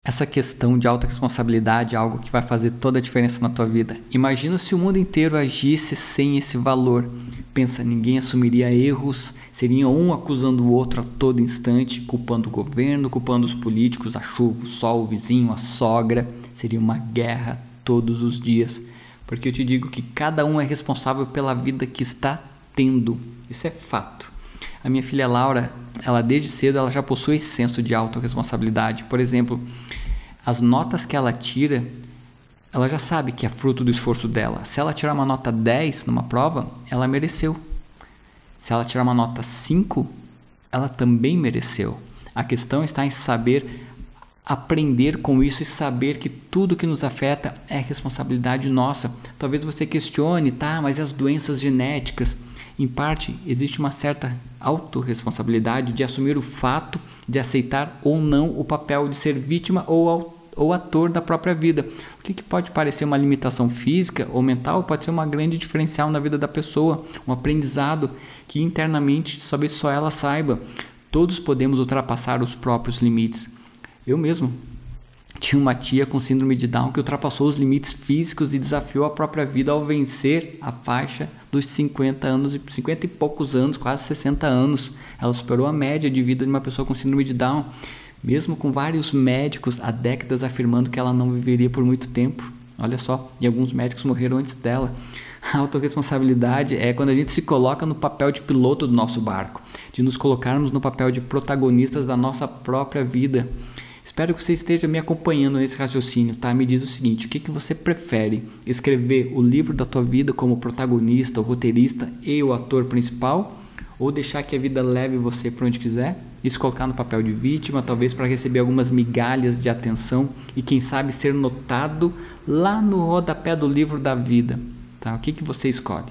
Essa questão de autorresponsabilidade é algo que vai fazer toda a diferença na tua vida. Imagina se o mundo inteiro agisse sem esse valor. Pensa, ninguém assumiria erros, seria um acusando o outro a todo instante, culpando o governo, culpando os políticos, a chuva, o sol, o vizinho, a sogra. Seria uma guerra todos os dias. Porque eu te digo que cada um é responsável pela vida que está tendo. Isso é fato. A minha filha Laura, ela desde cedo ela já possui esse senso de autorresponsabilidade. Por exemplo, as notas que ela tira, ela já sabe que é fruto do esforço dela. Se ela tirar uma nota 10 numa prova, ela mereceu. Se ela tirar uma nota 5, ela também mereceu. A questão está em saber aprender com isso e saber que tudo que nos afeta é responsabilidade nossa. Talvez você questione, mas e as doenças genéticas? Em parte, existe uma certa autorresponsabilidade de assumir o fato de aceitar ou não o papel de ser vítima ou ator da própria vida. O que pode parecer uma limitação física ou mental pode ser uma grande diferencial na vida da pessoa, um aprendizado que internamente talvez só ela saiba. Todos podemos ultrapassar os próprios limites. Eu mesmo tinha uma tia com síndrome de Down que ultrapassou os limites físicos e desafiou a própria vida ao vencer a faixa dos 50 e poucos anos, quase 60 anos. Ela superou a média de vida de uma pessoa com síndrome de Down, mesmo com vários médicos há décadas afirmando que ela não viveria por muito tempo. Olha só, e alguns médicos morreram antes dela. A autorresponsabilidade é quando a gente se coloca no papel de piloto do nosso barco, de nos colocarmos no papel de protagonistas da nossa própria vida. Espero que você esteja me acompanhando nesse raciocínio, Me diz o seguinte, o que você prefere? Escrever o livro da tua vida como protagonista, o roteirista e o ator principal? Ou deixar que a vida leve você para onde quiser? E se colocar no papel de vítima, talvez para receber algumas migalhas de atenção e quem sabe ser notado lá no rodapé do livro da vida, O que você escolhe?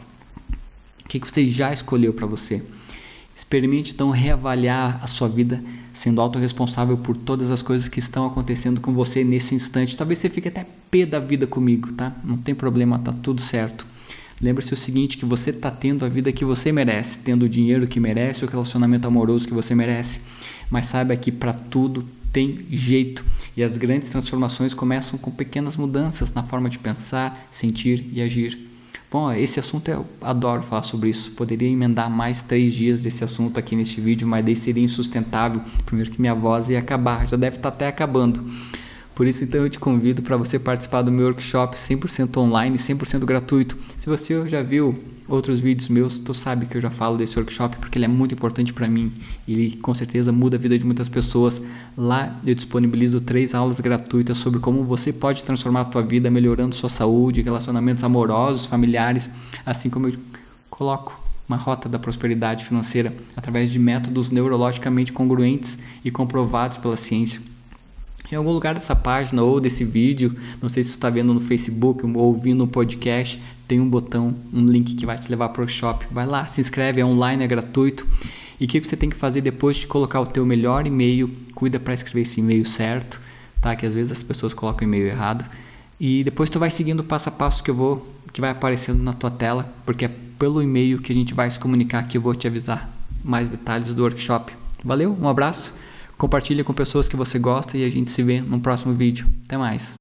O que você já escolheu para você? Experimente então reavaliar a sua vida sendo autorresponsável por todas as coisas que estão acontecendo com você nesse instante. Talvez você fique até pé da vida comigo, Não tem problema, tá tudo certo. Lembre-se o seguinte, que você está tendo a vida que você merece, tendo o dinheiro que merece, o relacionamento amoroso que você merece. Mas saiba que para tudo tem jeito. E as grandes transformações começam com pequenas mudanças na forma de pensar, sentir e agir. Bom, esse assunto eu adoro falar sobre isso. Poderia emendar mais 3 dias desse assunto aqui neste vídeo, mas daí seria insustentável. Primeiro que minha voz ia acabar, já deve estar até acabando. Por isso, então, eu te convido para você participar do meu workshop 100% online, 100% gratuito. Se você já viu outros vídeos meus, tu sabe que eu já falo desse workshop porque ele é muito importante para mim. Ele com certeza muda a vida de muitas pessoas. Lá eu disponibilizo 3 aulas gratuitas sobre como você pode transformar a tua vida melhorando sua saúde, relacionamentos amorosos, familiares, assim como eu coloco uma rota da prosperidade financeira através de métodos neurologicamente congruentes e comprovados pela ciência. Em algum lugar dessa página ou desse vídeo, não sei se você está vendo no Facebook ou ouvindo no podcast, tem um botão, um link que vai te levar para o workshop. Vai lá, se inscreve, é online, é gratuito. E o que você tem que fazer depois de colocar o teu melhor e-mail? Cuida para escrever esse e-mail certo, Que às vezes as pessoas colocam o e-mail errado. E depois tu vai seguindo o passo a passo que vai aparecendo na tua tela, porque é pelo e-mail que a gente vai se comunicar que eu vou te avisar mais detalhes do workshop. Valeu, um abraço. Compartilha com pessoas que você gosta e a gente se vê no próximo vídeo. Até mais.